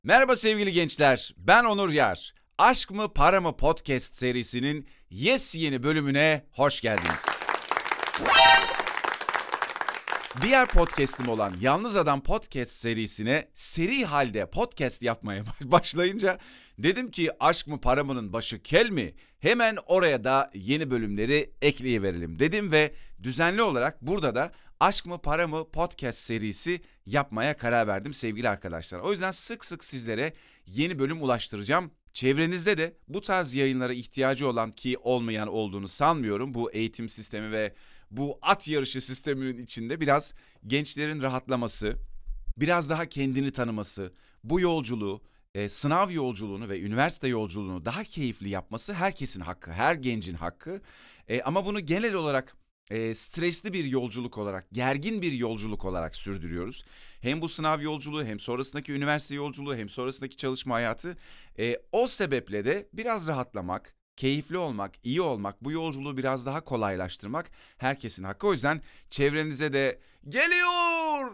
Merhaba sevgili gençler, ben Onur Yar. Aşk mı Para mı podcast serisinin yeni bölümüne hoş geldiniz. Diğer podcast'im olan Yalnız Adam Podcast serisine seri halde podcast yapmaya başlayınca dedim ki aşk mı para mı'nın başı kel mi? Hemen oraya da yeni bölümleri ekleyiverelim dedim ve düzenli olarak burada da Aşk mı Para mı podcast serisi yapmaya karar verdim sevgili arkadaşlar. O yüzden sık sık sizlere yeni bölüm ulaştıracağım. Çevrenizde de bu tarz yayınlara ihtiyacı olan ki olmayan olduğunu sanmıyorum. Bu eğitim sistemi ve bu at yarışı sisteminin içinde biraz gençlerin rahatlaması, biraz daha kendini tanıması, bu yolculuğu, sınav yolculuğunu ve üniversite yolculuğunu daha keyifli yapması herkesin hakkı, her gencin hakkı. Ama bunu genel olarak stresli bir yolculuk olarak, gergin bir yolculuk olarak sürdürüyoruz. Hem bu sınav yolculuğu, hem sonrasındaki üniversite yolculuğu, hem sonrasındaki çalışma hayatı. O sebeple de biraz rahatlamak, keyifli olmak, iyi olmak, bu yolculuğu biraz daha kolaylaştırmak herkesin hakkı. O yüzden çevrenize de geliyor,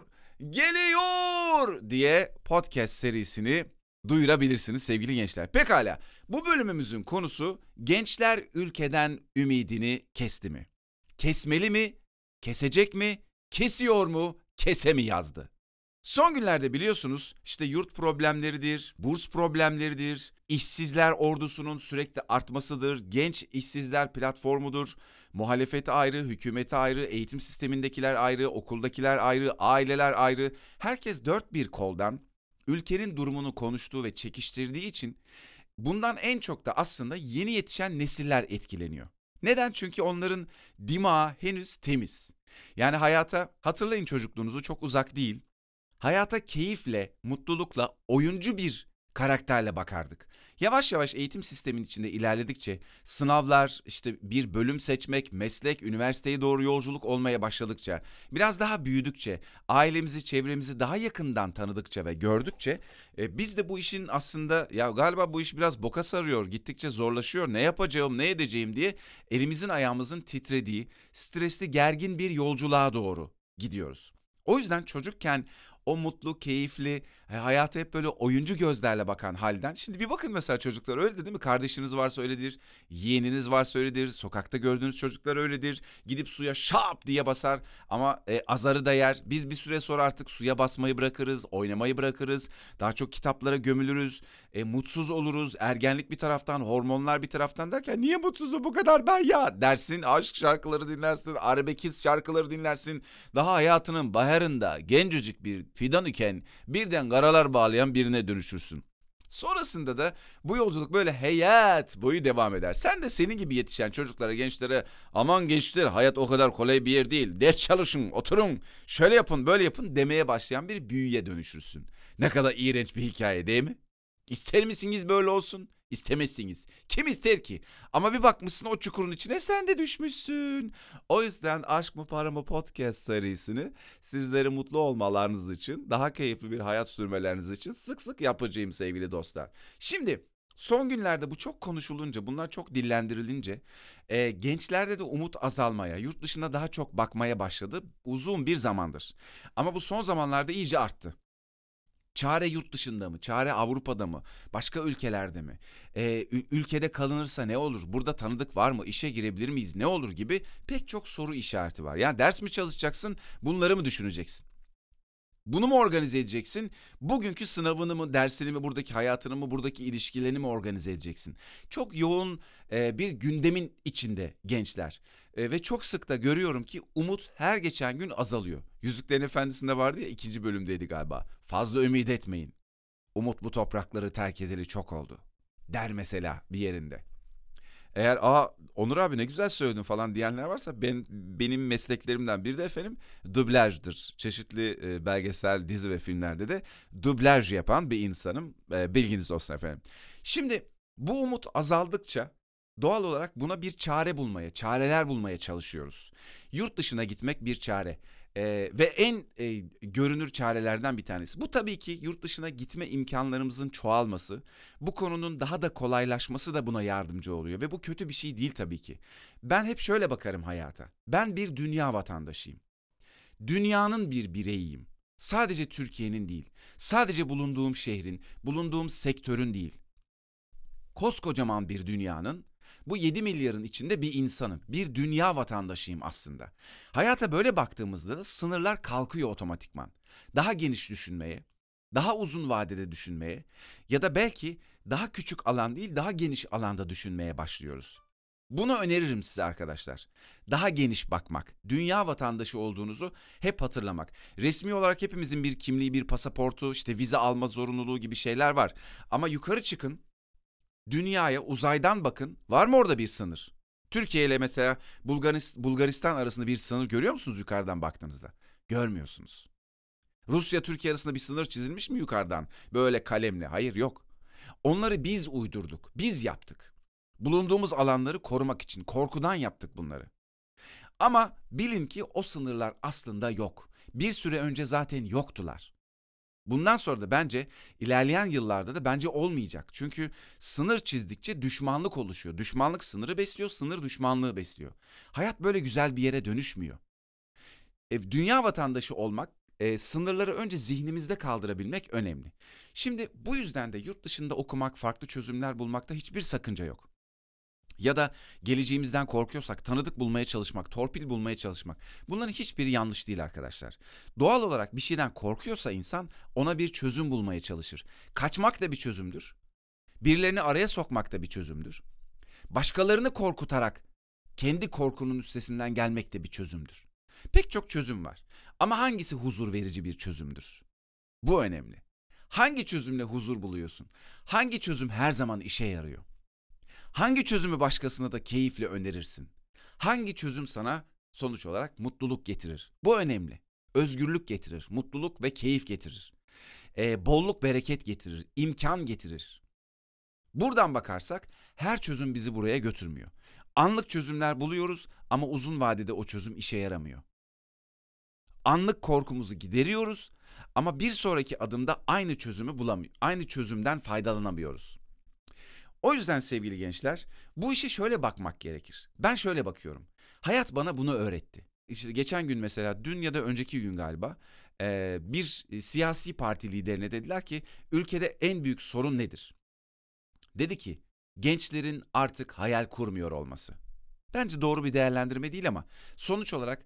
geliyor diye podcast serisini duyurabilirsiniz sevgili gençler. Pekala, bu bölümümüzün konusu gençler ülkeden ümidini kesti mi? Kesmeli mi? Kesecek mi? Kesiyor mu? Kese mi yazdı? Son günlerde biliyorsunuz işte yurt problemleridir, burs problemleridir, işsizler ordusunun sürekli artmasıdır, genç işsizler platformudur, muhalefeti ayrı, hükümeti ayrı, eğitim sistemindekiler ayrı, okuldakiler ayrı, aileler ayrı. Herkes dört bir koldan ülkenin durumunu konuştuğu ve çekiştirdiği için bundan en çok da aslında yeni yetişen nesiller etkileniyor. Neden? Çünkü onların dimağı henüz temiz. Yani hayata, hatırlayın çocukluğunuzu, çok uzak değil. Hayata keyifle, mutlulukla, oyuncu bir karakterle bakardık. Yavaş yavaş eğitim sistemin içinde ilerledikçe sınavlar, işte bir bölüm seçmek, meslek, üniversiteye doğru yolculuk olmaya başladıkça, biraz daha büyüdükçe, ailemizi, çevremizi daha yakından tanıdıkça ve gördükçe biz de bu işin aslında ya galiba bu iş biraz boka sarıyor, gittikçe zorlaşıyor, ne yapacağım, ne edeceğim diye elimizin ayağımızın titrediği, stresli, gergin bir yolculuğa doğru gidiyoruz. O yüzden çocukken o mutlu, keyifli, hayata hep böyle oyuncu gözlerle bakan halden. Şimdi bir bakın mesela çocuklar öyledir değil mi? Kardeşiniz varsa öyledir, yeğeniniz varsa öyledir, sokakta gördüğünüz çocuklar öyledir. Gidip suya şap diye basar ama azarı da yer. Biz bir süre sonra artık suya basmayı bırakırız, oynamayı bırakırız. Daha çok kitaplara gömülürüz, mutsuz oluruz. Ergenlik bir taraftan, hormonlar bir taraftan derken niye mutsuzum bu kadar ben ya dersin. Aşk şarkıları dinlersin, arabekiz şarkıları dinlersin. Daha hayatının baharında gencecik bir fidan iken birden karalar bağlayan birine dönüşürsün. Sonrasında da bu yolculuk böyle hayat boyu devam eder. Sen de senin gibi yetişen çocuklara, gençlere aman gençler hayat o kadar kolay bir yer değil. Ders çalışın, oturun, şöyle yapın, böyle yapın demeye başlayan bir büyüye dönüşürsün. Ne kadar iğrenç bir hikaye değil mi? İster misiniz böyle olsun? İstemezsiniz. Kim ister ki? Ama bir bakmışsın o çukurun içine sen de düşmüşsün. O yüzden Aşk mı Para mı podcast serisini sizleri mutlu olmalarınız için, daha keyifli bir hayat sürmeleriniz için sık sık yapacağım sevgili dostlar. Şimdi son günlerde bu çok konuşulunca, bunlar çok dillendirilince gençlerde de umut azalmaya, yurt dışına daha çok bakmaya başladı uzun bir zamandır. Ama bu son zamanlarda iyice arttı. Çare yurt dışında mı? Çare Avrupa'da mı? Başka ülkelerde mi? Ülkede kalınırsa ne olur? Burada tanıdık var mı? İşe girebilir miyiz? Ne olur gibi pek çok soru işareti var. Yani ders mi çalışacaksın? Bunları mı düşüneceksin? Bunu mu organize edeceksin? Bugünkü sınavını mı, dersini mi, buradaki hayatını mı, buradaki ilişkilerini mi organize edeceksin? Çok yoğun bir gündemin içinde gençler. Ve çok sık da görüyorum ki umut her geçen gün azalıyor. Yüzüklerin Efendisi'nde vardı ya, 2. bölümdeydi galiba. Fazla ümit etmeyin. Umut bu toprakları terk edeli çok oldu. Der mesela bir yerinde. Eğer Onur abi ne güzel söyledin falan diyenler varsa benim mesleklerimden biri de efendim dublajdır. Çeşitli belgesel, dizi ve filmlerde de dublaj yapan bir insanım. Bilginiz olsun efendim. Şimdi bu umut azaldıkça doğal olarak buna bir çare bulmaya, çareler bulmaya çalışıyoruz. Yurt dışına gitmek bir çare. Ve en görünür çarelerden bir tanesi. Bu tabii ki yurt dışına gitme imkanlarımızın çoğalması, bu konunun daha da kolaylaşması da buna yardımcı oluyor. Ve bu kötü bir şey değil tabii ki. Ben hep şöyle bakarım hayata. Ben bir dünya vatandaşıyım. Dünyanın bir bireyiyim. Sadece Türkiye'nin değil, sadece bulunduğum şehrin, bulunduğum sektörün değil. Koskocaman bir dünyanın, bu 7 milyarın içinde bir insanım, bir dünya vatandaşıyım aslında. Hayata böyle baktığımızda da sınırlar kalkıyor otomatikman. Daha geniş düşünmeye, daha uzun vadede düşünmeye ya da belki daha küçük alan değil, daha geniş alanda düşünmeye başlıyoruz. Bunu öneririm size arkadaşlar. Daha geniş bakmak, dünya vatandaşı olduğunuzu hep hatırlamak. Resmi olarak hepimizin bir kimliği, bir pasaportu, işte vize alma zorunluluğu gibi şeyler var. Ama yukarı çıkın, dünyaya uzaydan bakın. Var mı orada bir sınır? Türkiye ile mesela Bulgaristan arasında bir sınır görüyor musunuz yukarıdan baktığınızda? Görmüyorsunuz. Rusya Türkiye arasında bir sınır çizilmiş mi yukarıdan? Böyle kalemle. Hayır, yok. Onları biz uydurduk. Biz yaptık. Bulunduğumuz alanları korumak için korkudan yaptık bunları. Ama bilin ki o sınırlar aslında yok. Bir süre önce zaten yoktular. Bundan sonra da bence ilerleyen yıllarda da bence olmayacak. Çünkü sınır çizdikçe düşmanlık oluşuyor. Düşmanlık sınırı besliyor, sınır düşmanlığı besliyor. Hayat böyle güzel bir yere dönüşmüyor. Dünya vatandaşı olmak, sınırları önce zihnimizde kaldırabilmek önemli. Şimdi bu yüzden de yurt dışında okumak, farklı çözümler bulmakta hiçbir sakınca yok. Ya da geleceğimizden korkuyorsak tanıdık bulmaya çalışmak, torpil bulmaya çalışmak. Bunların hiçbiri yanlış değil arkadaşlar. Doğal olarak bir şeyden korkuyorsa insan ona bir çözüm bulmaya çalışır. Kaçmak da bir çözümdür. Birilerini araya sokmak da bir çözümdür. Başkalarını korkutarak kendi korkunun üstesinden gelmek de bir çözümdür. Pek çok çözüm var. Ama hangisi huzur verici bir çözümdür? Bu önemli. Hangi çözümle huzur buluyorsun? Hangi çözüm her zaman işe yarıyor? Hangi çözümü başkasına da keyifle önerirsin? Hangi çözüm sana sonuç olarak mutluluk getirir? Bu önemli. Özgürlük getirir, mutluluk ve keyif getirir. Bolluk, bereket getirir, imkan getirir. Buradan bakarsak her çözüm bizi buraya götürmüyor. Anlık çözümler buluyoruz ama uzun vadede o çözüm işe yaramıyor. Anlık korkumuzu gideriyoruz ama bir sonraki adımda aynı çözümü bulamıyor. Aynı çözümden faydalanamıyoruz. O yüzden sevgili gençler, bu işe şöyle bakmak gerekir. Ben şöyle bakıyorum. Hayat bana bunu öğretti. İşte geçen gün mesela, dün ya da önceki gün galiba, bir siyasi parti liderine dediler ki ülkede en büyük sorun nedir? Dedi ki gençlerin artık hayal kurmuyor olması. Bence doğru bir değerlendirme değil ama sonuç olarak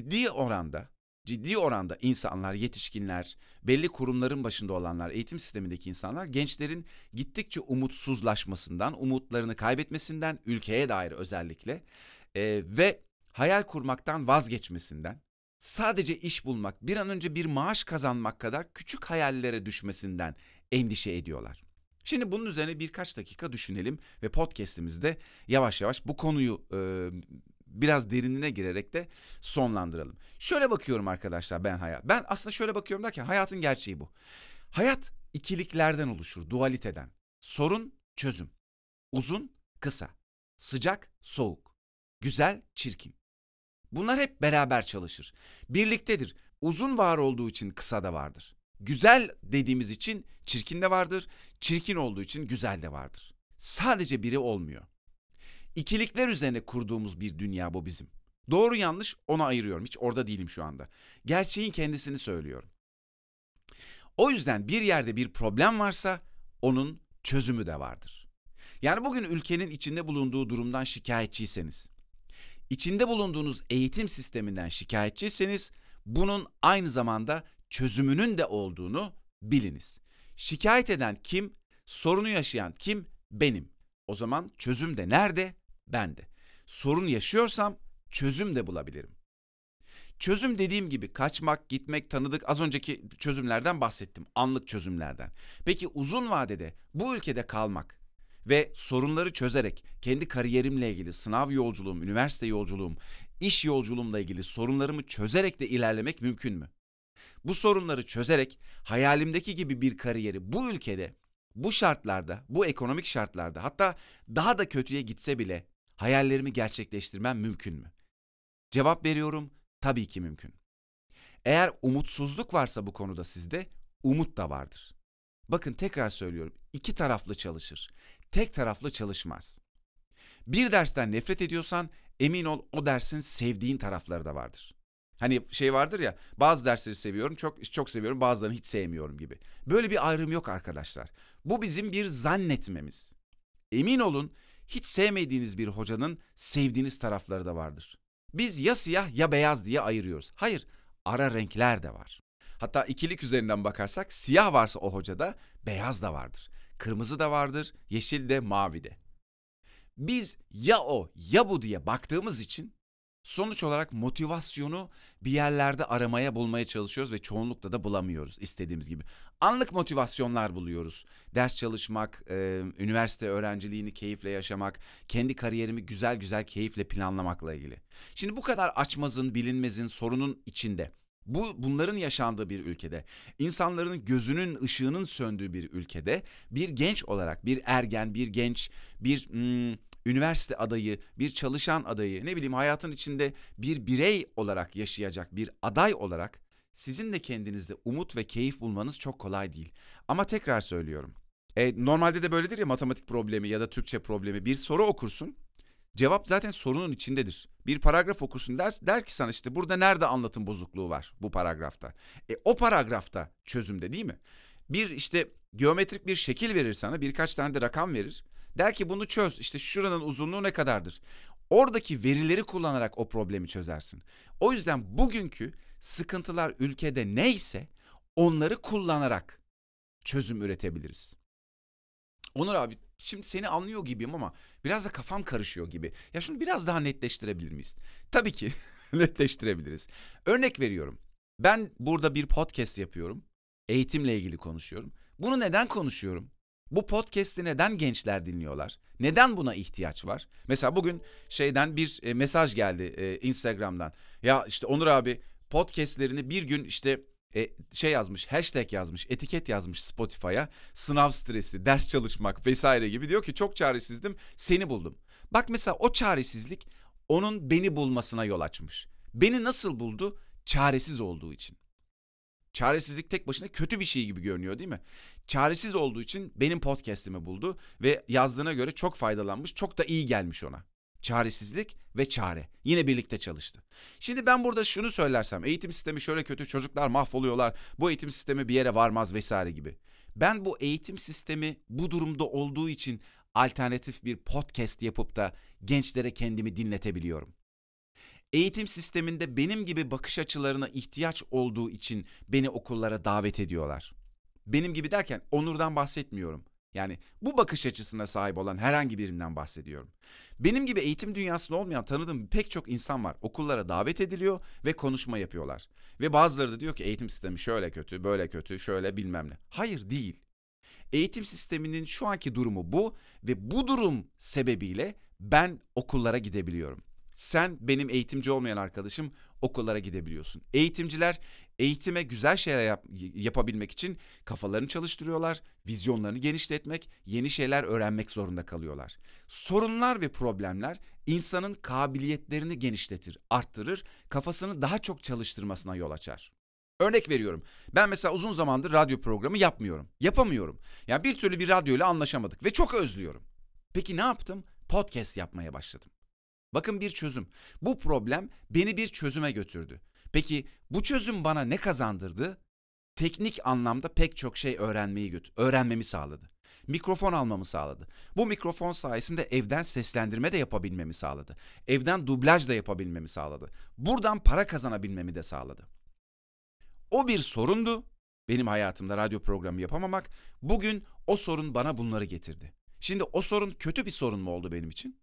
ciddi oranda insanlar, yetişkinler, belli kurumların başında olanlar, eğitim sistemindeki insanlar gençlerin gittikçe umutsuzlaşmasından, umutlarını kaybetmesinden, ülkeye dair özellikle ve hayal kurmaktan vazgeçmesinden, sadece iş bulmak, bir an önce bir maaş kazanmak kadar küçük hayallere düşmesinden endişe ediyorlar. Şimdi bunun üzerine birkaç dakika düşünelim ve podcast'imizde yavaş yavaş bu konuyu biraz derinine girerek de sonlandıralım. Şöyle bakıyorum arkadaşlar ben hayat. Ben aslında şöyle bakıyorum derken hayatın gerçeği bu. Hayat ikiliklerden oluşur, dualiteden. Sorun, çözüm. Uzun, kısa. Sıcak, soğuk. Güzel, çirkin. Bunlar hep beraber çalışır. Birliktedir. Uzun var olduğu için kısa da vardır. Güzel dediğimiz için çirkin de vardır. Çirkin olduğu için güzel de vardır. Sadece biri olmuyor. İkilikler üzerine kurduğumuz bir dünya bu bizim. Doğru yanlış ona ayırıyorum. Hiç orada değilim şu anda. Gerçeğin kendisini söylüyorum. O yüzden bir yerde bir problem varsa onun çözümü de vardır. Yani bugün ülkenin içinde bulunduğu durumdan şikayetçiyseniz, içinde bulunduğunuz eğitim sisteminden şikayetçiyseniz, bunun aynı zamanda çözümünün de olduğunu biliniz. Şikayet eden kim? Sorunu yaşayan kim? Benim. O zaman çözüm de nerede? Bende. Sorun yaşıyorsam çözüm de bulabilirim. Çözüm dediğim gibi kaçmak, gitmek, tanıdık, az önceki çözümlerden bahsettim. Anlık çözümlerden. Peki uzun vadede bu ülkede kalmak ve sorunları çözerek kendi kariyerimle ilgili, sınav yolculuğum, üniversite yolculuğum, iş yolculuğumla ilgili sorunlarımı çözerek de ilerlemek mümkün mü? Bu sorunları çözerek hayalimdeki gibi bir kariyeri bu ülkede, bu şartlarda, bu ekonomik şartlarda, hatta daha da kötüye gitse bile hayallerimi gerçekleştirmem mümkün mü? Cevap veriyorum, tabii ki mümkün. Eğer umutsuzluk varsa bu konuda sizde, umut da vardır. Bakın tekrar söylüyorum, iki taraflı çalışır. Tek taraflı çalışmaz. Bir dersten nefret ediyorsan emin ol o dersin sevdiğin tarafları da vardır. Hani şey vardır ya, bazı dersleri seviyorum, çok seviyorum, bazılarını hiç sevmiyorum gibi. Böyle bir ayrım yok arkadaşlar. Bu bizim bir zannetmemiz. Emin olun, hiç sevmediğiniz bir hocanın sevdiğiniz tarafları da vardır. Biz ya siyah ya beyaz diye ayırıyoruz. Hayır, ara renkler de var. Hatta ikilik üzerinden bakarsak siyah varsa o hocada beyaz da vardır. Kırmızı da vardır, yeşil de, mavi de. Biz ya o ya bu diye baktığımız için sonuç olarak motivasyonu bir yerlerde aramaya bulmaya çalışıyoruz ve çoğunlukla da bulamıyoruz istediğimiz gibi. Anlık motivasyonlar buluyoruz. Ders çalışmak, üniversite öğrenciliğini keyifle yaşamak, kendi kariyerimi güzel güzel keyifle planlamakla ilgili. Şimdi bu kadar açmazın, bilinmezin, sorunun içinde, bunların yaşandığı bir ülkede, insanların gözünün ışığının söndüğü bir ülkede bir genç olarak, bir ergen, bir genç, bir üniversite adayı, bir çalışan adayı, ne bileyim hayatın içinde bir birey olarak yaşayacak bir aday olarak sizin de kendinizde umut ve keyif bulmanız çok kolay değil. Ama tekrar söylüyorum. Normalde de böyledir ya, matematik problemi ya da Türkçe problemi, bir soru okursun. Cevap zaten sorunun içindedir. Bir paragraf okursun, der ki sana işte burada nerede anlatım bozukluğu var bu paragrafta. O paragrafta çözümde, değil mi? Bir işte geometrik bir şekil verir sana, birkaç tane de rakam verir. Der ki bunu çöz, işte şuranın uzunluğu ne kadardır? Oradaki verileri kullanarak o problemi çözersin. O yüzden bugünkü sıkıntılar ülkede neyse onları kullanarak çözüm üretebiliriz. Onur abi, şimdi seni anlıyor gibiyim ama biraz da kafam karışıyor gibi. Ya şunu biraz daha netleştirebilir miyiz? Tabii ki netleştirebiliriz. Örnek veriyorum. Ben burada bir podcast yapıyorum. Eğitimle ilgili konuşuyorum. Bunu neden konuşuyorum? Bu podcast'i neden gençler dinliyorlar? Neden buna ihtiyaç var? Mesela bugün şeyden bir mesaj geldi Instagram'dan. Ya işte Onur abi, podcast'lerini bir gün işte şey yazmış, hashtag yazmış, etiket yazmış Spotify'a. Sınav stresi, ders çalışmak vesaire gibi, diyor ki çok çaresizdim, seni buldum. Bak mesela o çaresizlik onun beni bulmasına yol açmış. Beni nasıl buldu? Çaresiz olduğu için. Çaresizlik tek başına kötü bir şey gibi görünüyor, değil mi? Çaresiz olduğu için benim podcast'imi buldu ve yazdığına göre çok faydalanmış, çok da iyi gelmiş ona. Çaresizlik ve çare yine birlikte çalıştı. Şimdi ben burada şunu söylersem, eğitim sistemi şöyle kötü, çocuklar mahvoluyorlar, bu eğitim sistemi bir yere varmaz vesaire gibi. Ben bu eğitim sistemi bu durumda olduğu için alternatif bir podcast yapıp da gençlere kendimi dinletebiliyorum. Eğitim sisteminde benim gibi bakış açılarına ihtiyaç olduğu için beni okullara davet ediyorlar. Benim gibi derken Onur'dan bahsetmiyorum. Yani bu bakış açısına sahip olan herhangi birinden bahsediyorum. Benim gibi eğitim dünyasında olmayan tanıdığım pek çok insan var. Okullara davet ediliyor ve konuşma yapıyorlar. Ve bazıları da diyor ki eğitim sistemi şöyle kötü, böyle kötü, şöyle bilmem ne. Hayır, değil. Eğitim sisteminin şu anki durumu bu ve bu durum sebebiyle ben okullara gidebiliyorum. Sen benim eğitimci olmayan arkadaşım okullara gidebiliyorsun. Eğitimciler eğitime güzel şeyler yapabilmek için kafalarını çalıştırıyorlar, vizyonlarını genişletmek, yeni şeyler öğrenmek zorunda kalıyorlar. Sorunlar ve problemler insanın kabiliyetlerini genişletir, arttırır, kafasını daha çok çalıştırmasına yol açar. Örnek veriyorum. Ben mesela uzun zamandır radyo programı yapmıyorum. Yapamıyorum. Yani bir türlü bir radyoyla anlaşamadık ve çok özlüyorum. Peki ne yaptım? Podcast yapmaya başladım. Bakın, bir çözüm. Bu problem beni bir çözüme götürdü. Peki bu çözüm bana ne kazandırdı? Teknik anlamda pek çok şey öğrenmemi sağladı. Mikrofon almamı sağladı. Bu mikrofon sayesinde evden seslendirme de yapabilmemi sağladı. Evden dublaj da yapabilmemi sağladı. Buradan para kazanabilmemi de sağladı. O bir sorundu. Benim hayatımda radyo programı yapamamak. Bugün o sorun bana bunları getirdi. Şimdi o sorun kötü bir sorun mu oldu benim için?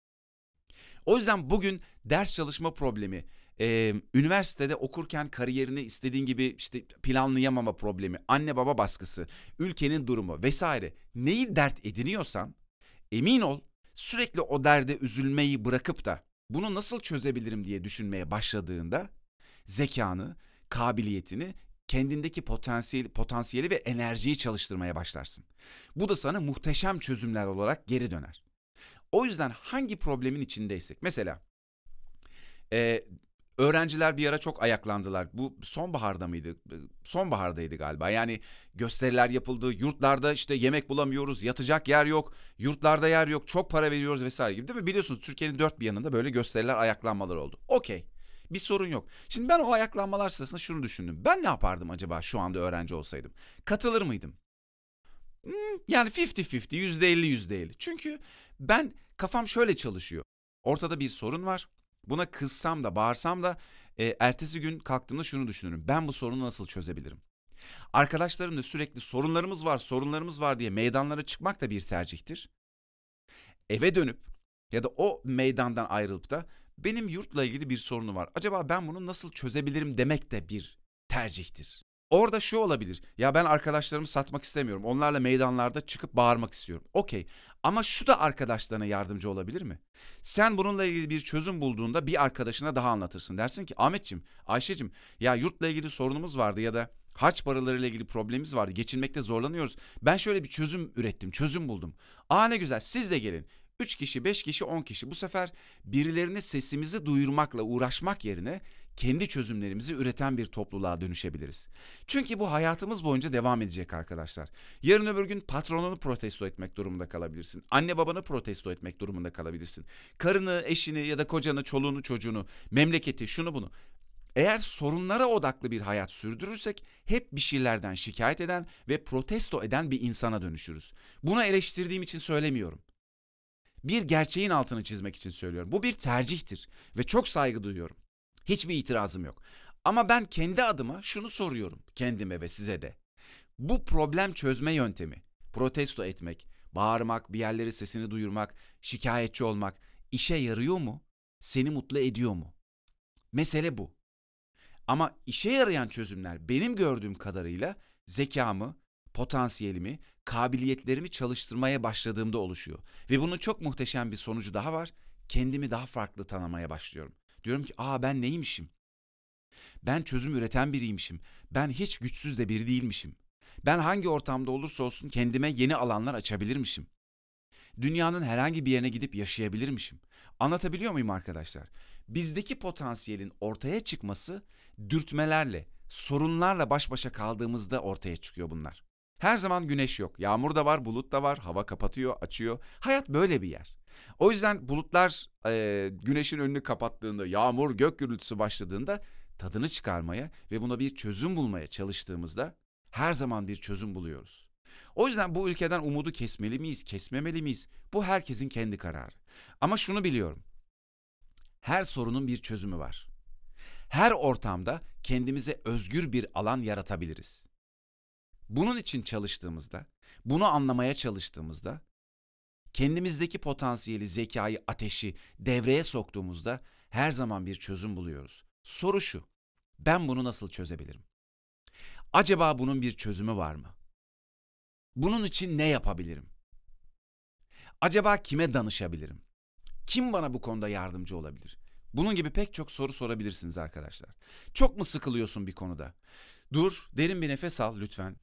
O yüzden bugün ders çalışma problemi, üniversitede okurken kariyerini istediğin gibi işte planlayamama problemi, anne baba baskısı, ülkenin durumu vesaire, neyi dert ediniyorsan emin ol, sürekli o derde üzülmeyi bırakıp da bunu nasıl çözebilirim diye düşünmeye başladığında zekanı, kabiliyetini, kendindeki potansiyeli ve enerjiyi çalıştırmaya başlarsın. Bu da sana muhteşem çözümler olarak geri döner. O yüzden hangi problemin içindeysek, mesela öğrenciler bir ara çok ayaklandılar. Bu sonbaharda mıydı? Sonbahardaydı galiba. Yani gösteriler yapıldı. Yurtlarda işte yemek bulamıyoruz, yatacak yer yok, yurtlarda yer yok, çok para veriyoruz vesaire gibi, değil mi? Biliyorsunuz Türkiye'nin dört bir yanında böyle gösteriler, ayaklanmalar oldu. Okey. Bir sorun yok. Şimdi ben o ayaklanmalar sırasında şunu düşündüm. Ben ne yapardım acaba şu anda öğrenci olsaydım? Katılır mıydım? Yani 50-50, %50-%50. Çünkü kafam şöyle çalışıyor. Ortada bir sorun var. Buna kızsam da bağırsam da ertesi gün kalktığımda şunu düşünürüm. Ben bu sorunu nasıl çözebilirim? Arkadaşlarımla sürekli sorunlarımız var diye meydanlara çıkmak da bir tercihtir. Eve dönüp ya da o meydandan ayrılıp da benim yurtla ilgili bir sorunu var. Acaba ben bunu nasıl çözebilirim demek de bir tercihtir. Orada şu olabilir. Ya ben arkadaşlarımı satmak istemiyorum. Onlarla meydanlarda çıkıp bağırmak istiyorum. Okey. Ama şu da arkadaşlarına yardımcı olabilir mi? Sen bununla ilgili bir çözüm bulduğunda bir arkadaşına daha anlatırsın. Dersin ki Ahmetçim, Ayşecim ya yurtla ilgili sorunumuz vardı ya da harç paralarıyla ilgili problemimiz vardı. Geçinmekte zorlanıyoruz. Ben şöyle bir çözüm ürettim, çözüm buldum. Aa ne güzel siz de gelin. 3 kişi, 5 kişi, 10 kişi. Bu sefer birilerine sesimizi duyurmakla uğraşmak yerine kendi çözümlerimizi üreten bir topluluğa dönüşebiliriz. Çünkü bu hayatımız boyunca devam edecek arkadaşlar. Yarın öbür gün patronunu protesto etmek durumunda kalabilirsin. Anne babanı protesto etmek durumunda kalabilirsin. Karını, eşini ya da kocanı, çoluğunu, çocuğunu, memleketi, şunu bunu. Eğer sorunlara odaklı bir hayat sürdürürsek hep bir şeylerden şikayet eden ve protesto eden bir insana dönüşürüz. Bunu eleştirdiğim için söylemiyorum. Bir gerçeğin altını çizmek için söylüyorum. Bu bir tercihtir ve çok saygı duyuyorum. Hiçbir itirazım yok. Ama ben kendi adıma şunu soruyorum kendime ve size de. Bu problem çözme yöntemi, protesto etmek, bağırmak, bir yerlere sesini duyurmak, şikayetçi olmak işe yarıyor mu? Seni mutlu ediyor mu? Mesele bu. Ama işe yarayan çözümler benim gördüğüm kadarıyla zekamı, potansiyelimi, kabiliyetlerimi çalıştırmaya başladığımda oluşuyor. Ve bunun çok muhteşem bir sonucu daha var. Kendimi daha farklı tanımaya başlıyorum. Diyorum ki ben neymişim? Ben çözüm üreten biriymişim. Ben hiç güçsüz de biri değilmişim. Ben hangi ortamda olursa olsun kendime yeni alanlar açabilirmişim. Dünyanın herhangi bir yerine gidip yaşayabilirmişim. Anlatabiliyor muyum arkadaşlar? Bizdeki potansiyelin ortaya çıkması dürtmelerle, sorunlarla baş başa kaldığımızda ortaya çıkıyor bunlar. Her zaman güneş yok. Yağmur da var, bulut da var. Hava kapatıyor, açıyor. Hayat böyle bir yer. O yüzden bulutlar güneşin önünü kapattığında, yağmur, gök gürültüsü başladığında tadını çıkarmaya ve buna bir çözüm bulmaya çalıştığımızda her zaman bir çözüm buluyoruz. O yüzden bu ülkeden umudu kesmeli miyiz, kesmemeli miyiz? Bu herkesin kendi kararı. Ama şunu biliyorum. Her sorunun bir çözümü var. Her ortamda kendimize özgür bir alan yaratabiliriz. Bunun için çalıştığımızda, bunu anlamaya çalıştığımızda, kendimizdeki potansiyeli, zekayı, ateşi devreye soktuğumuzda her zaman bir çözüm buluyoruz. Soru şu, ben bunu nasıl çözebilirim? Acaba bunun bir çözümü var mı? Bunun için ne yapabilirim? Acaba kime danışabilirim? Kim bana bu konuda yardımcı olabilir? Bunun gibi pek çok soru sorabilirsiniz arkadaşlar. Çok mu sıkılıyorsun bir konuda? Dur, derin bir nefes al lütfen.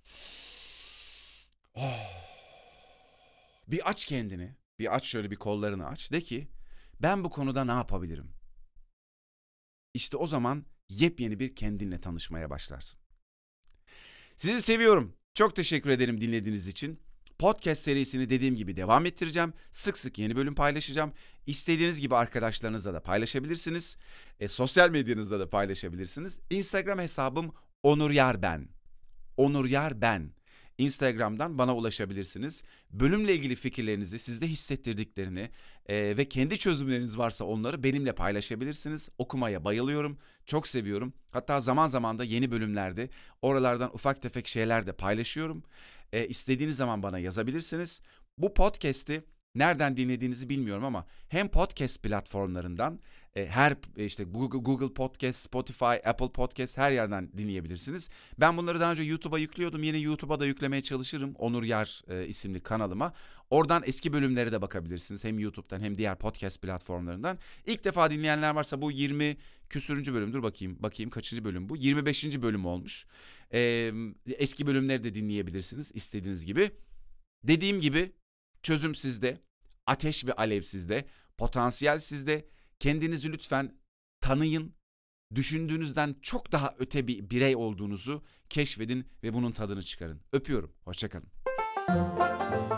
Bir aç kendini, bir aç şöyle bir kollarını aç. De ki, ben bu konuda ne yapabilirim? İşte o zaman yepyeni bir kendinle tanışmaya başlarsın. Sizi seviyorum. Çok teşekkür ederim dinlediğiniz için. Podcast serisini dediğim gibi devam ettireceğim. Sık sık yeni bölüm paylaşacağım. İstediğiniz gibi arkadaşlarınızla da paylaşabilirsiniz. Sosyal medyanızda da paylaşabilirsiniz. Instagram hesabım Onur Yar Ben. Onur Yar Ben. Instagram'dan bana ulaşabilirsiniz. Bölümle ilgili fikirlerinizi, sizde hissettirdiklerini ve kendi çözümleriniz varsa onları benimle paylaşabilirsiniz. Okumaya bayılıyorum, çok seviyorum. Hatta zaman zaman da yeni bölümlerde oralardan ufak tefek şeyler de paylaşıyorum. İstediğiniz zaman bana yazabilirsiniz. Bu podcast'i nereden dinlediğinizi bilmiyorum ama hem podcast platformlarından işte Google Podcast, Spotify, Apple Podcast her yerden dinleyebilirsiniz. Ben bunları daha önce YouTube'a yüklüyordum. Yine YouTube'a da yüklemeye çalışırım. Onur Yar isimli kanalıma. Oradan eski bölümlere de bakabilirsiniz. Hem YouTube'dan hem diğer podcast platformlarından. İlk defa dinleyenler varsa bu 20 küsürüncü bölümdür. Bakayım kaçıncı bölüm bu? 25. bölüm olmuş. Eski bölümleri de dinleyebilirsiniz istediğiniz gibi. Dediğim gibi çözüm sizde, ateş ve alev sizde, potansiyel sizde. Kendinizi lütfen tanıyın, düşündüğünüzden çok daha öte bir birey olduğunuzu keşfedin ve bunun tadını çıkarın. Öpüyorum, hoşça kalın.